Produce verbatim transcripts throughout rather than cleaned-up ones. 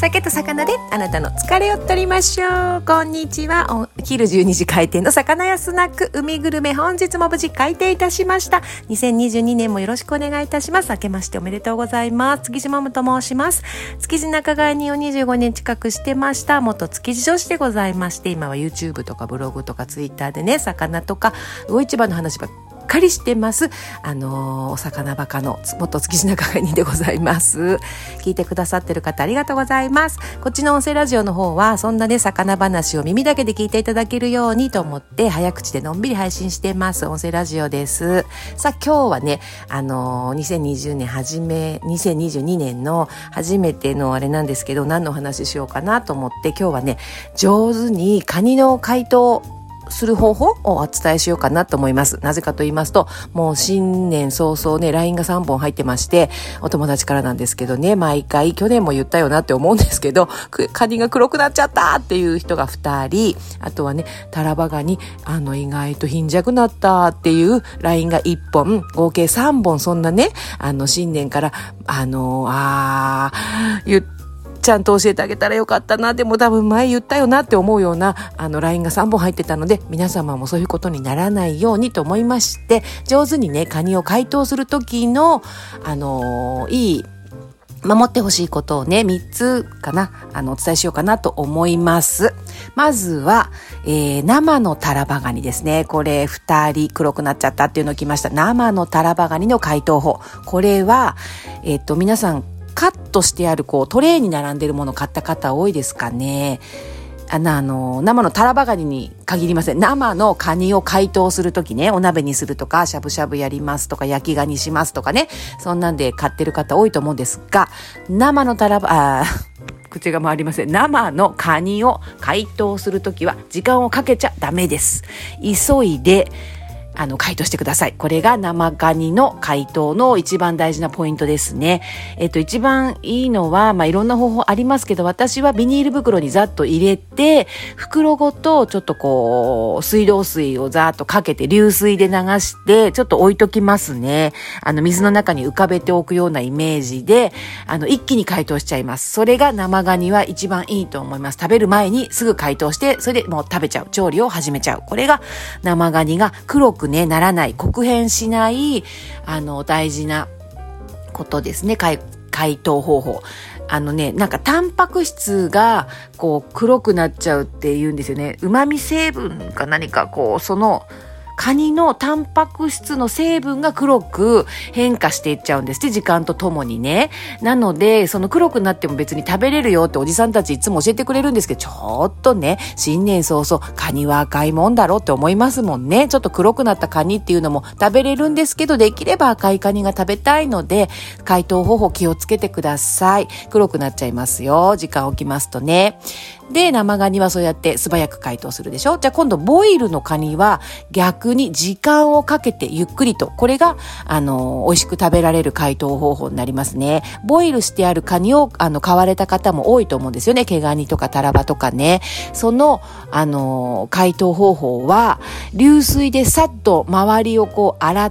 酒と魚であなたの疲れを取りましょう。こんにちは。お昼じゅうにじ開店の魚屋スナック海グルメ、本日も無事開店いたしました。にせんにじゅうにねんもよろしくお願いいたします。明けましておめでとうございます。築地マムと申します。築地仲買人をにじゅうごねん近くしてました。元築地女子でございまして、今は YouTube とかブログとか Twitter でね、魚とか魚市場の話ばっかりしっかりしてます。あのー、お魚バカの元築地仲買人でございます。聞いてくださってる方ありがとうございます。こっちの音声ラジオの方はそんなね魚話を耳だけで聞いていただけるようにと思って早口でのんびり配信してます。音声ラジオです。さあ今日はねあのー、にせんにじゅうねんはじめにせんにじゅうにねんの初めてのあれなんですけど、何の話しようかなと思って今日はね上手にカニの解凍する方法をお伝えしようかなと思います。なぜかと言いますと、もう新年早々ね ライン がさんぼん入ってまして、お友達からなんですけどね、毎回去年も言ったよなって思うんですけど、カニが黒くなっちゃったっていう人がふたり、あとはねタラバガニあの意外と貧弱なったっていう ライン がいっぽん、合計さんぼん、そんなねあの新年からあのあー言ってちゃんと教えてあげたらよかったな、でも多分前言ったよなって思うようなあの ライン がさんぼん入ってたので、皆様もそういうことにならないようにと思いまして、上手にねカニを解凍する時のあのー、いい守ってほしいことをねみっつかなあのお伝えしようかなと思います。まずは、えー、生のタラバガニですね。これふたり黒くなっちゃったっていうのを来ました。生のタラバガニの解凍法、これはえっと皆さんカットしてあるこうトレーに並んでるもの買った方多いですかね。あの、あの生のタラバガニに限りません。生のカニを解凍するときね、お鍋にするとかしゃぶしゃぶやりますとか焼きガニしますとかね、そんなんで買ってる方多いと思うんですが、生のタラバあ口が回りません。生のカニを解凍するときは時間をかけちゃダメです。急いであの解凍してください。これが生ガニの解凍の一番大事なポイントですね。えっと一番いいのはまあいろんな方法ありますけど、私はビニール袋にざっと入れて、袋ごとちょっとこう水道水をざっとかけて流水で流してちょっと置いときますね。あの水の中に浮かべておくようなイメージで、あの一気に解凍しちゃいます。それが生ガニは一番いいと思います。食べる前にすぐ解凍して、それでもう食べちゃう、調理を始めちゃう。これが生ガニが黒くねならない、黒変しないあの大事なことですね。解凍方法、あのねなんかタンパク質がこう黒くなっちゃうって言うんですよね。旨味成分か何かこうそのカニのタンパク質の成分が黒く変化していっちゃうんですって、時間とともにね。なのでその黒くなっても別に食べれるよっておじさんたちいつも教えてくれるんですけど、ちょっとね新年早々カニは赤いもんだろって思いますもんね。ちょっと黒くなったカニっていうのも食べれるんですけど、できれば赤いカニが食べたいので解凍方法気をつけてください。黒くなっちゃいますよ、時間置きますとね。で生ガニはそうやって素早く解凍するでしょ。じゃあ今度ボイルのカニは逆に時間をかけてゆっくりと、これがあの美味しく食べられる解凍方法になりますね。ボイルしてあるカニをあの買われた方も多いと思うんですよね。毛ガニとかタラバとかね。そのあの解凍方法は流水でさっと周りをこう洗って、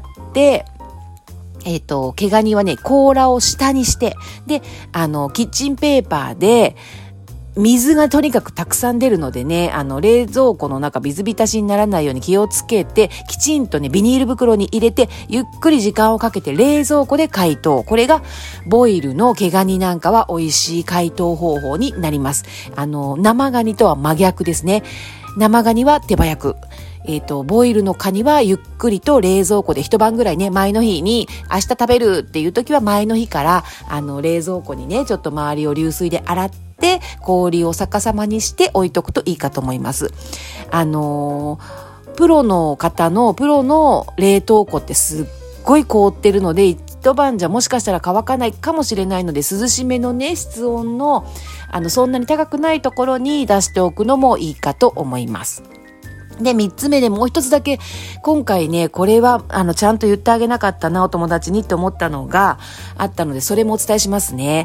えっと毛ガニはね甲羅を下にして、であのキッチンペーパーで水がとにかくたくさん出るのでね、あの冷蔵庫の中水浸しにならないように気をつけて、きちんとねビニール袋に入れてゆっくり時間をかけて冷蔵庫で解凍。これがボイルの毛ガニなんかは美味しい解凍方法になります。あの生ガニとは真逆ですね。生ガニは手早く、えっと、ボイルのカニはゆっくりと冷蔵庫で一晩ぐらいね、前の日に明日食べるっていう時は前の日からあの冷蔵庫にねちょっと周りを流水で洗ってで氷を逆さまにして置いとくといいかと思います。あのー、プロの方のプロの冷凍庫ってすっごい凍ってるので一晩じゃもしかしたら乾かないかもしれないので、涼しめのね室温のあのそんなに高くないところに出しておくのもいいかと思います。で、三つ目でもう一つだけ、今回ね、これは、あの、ちゃんと言ってあげなかったな、お友達にって思ったのがあったので、それもお伝えしますね。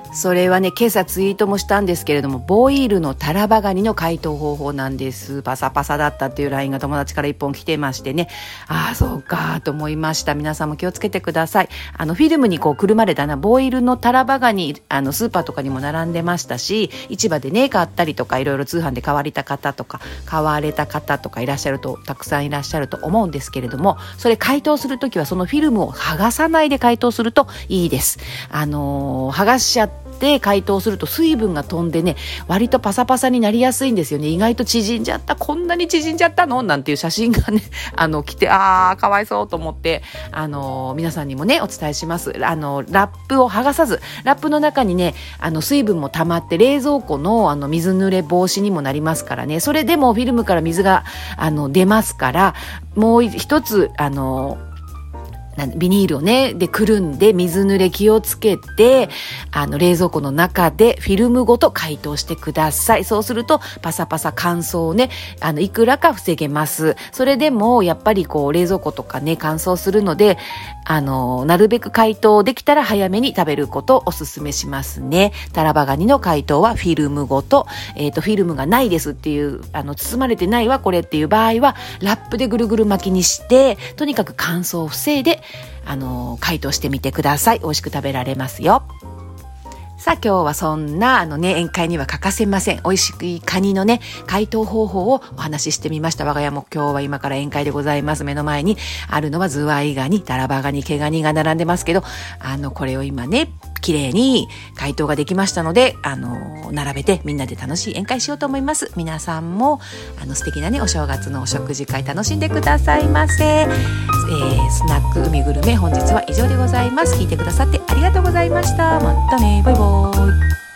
それはね、今朝ツイートもしたんですけれども、ボイルのタラバガニの解凍方法なんです。パサパサだったっていう ライン が友達から一本来てましてね、ああそうかと思いました。皆さんも気をつけてください。あのフィルムにこうくるまれたなボイルのタラバガニ、あのスーパーとかにも並んでましたし、市場でね買ったりとか、いろいろ通販で買われた方とか買われた方とかいらっしゃると、たくさんいらっしゃると思うんですけれども、それ解凍するときはそのフィルムを剥がさないで解凍するといいです。あのー、剥がしちゃってで解凍すると水分が飛んでね、割とパサパサになりやすいんですよね。意外と縮んじゃった、こんなに縮んじゃったのなんていう写真がね、あの来て、あーかわいそうと思って、あの皆さんにもねお伝えします。あのラップを剥がさず、ラップの中にね、あの水分も溜まって冷蔵庫のあの水濡れ防止にもなりますからね。それでもフィルムから水があの出ますから、もう一つあのビニールをね、で、くるんで水濡れ気をつけて、あの、冷蔵庫の中でフィルムごと解凍してください。そうすると、パサパサ乾燥をね、あの、いくらか防げます。それでも、やっぱりこう、冷蔵庫とかね、乾燥するので、あの、なるべく解凍できたら早めに食べることをお勧めしますね。タラバガニの解凍はフィルムごと、えっと、フィルムがないですっていう、あの、包まれてないわ、これっていう場合は、ラップでぐるぐる巻きにして、とにかく乾燥を防いで、あの解凍してみてください。美味しく食べられますよ。さあ今日はそんなあのね、宴会には欠かせません美味しいカニのね解凍方法をお話ししてみました。我が家も今日は今から宴会でございます。目の前にあるのはズワイガニ、タラバガニ、毛ガニが並んでますけど、あのこれを今ね綺麗に解凍ができましたので、あの並べてみんなで楽しい宴会しようと思います。皆さんもあの素敵なねお正月のお食事会楽しんでくださいませ。えー、スナック海グルメ本日は以上でございます。聞いてくださってありがとうございました。またね、バイバイ。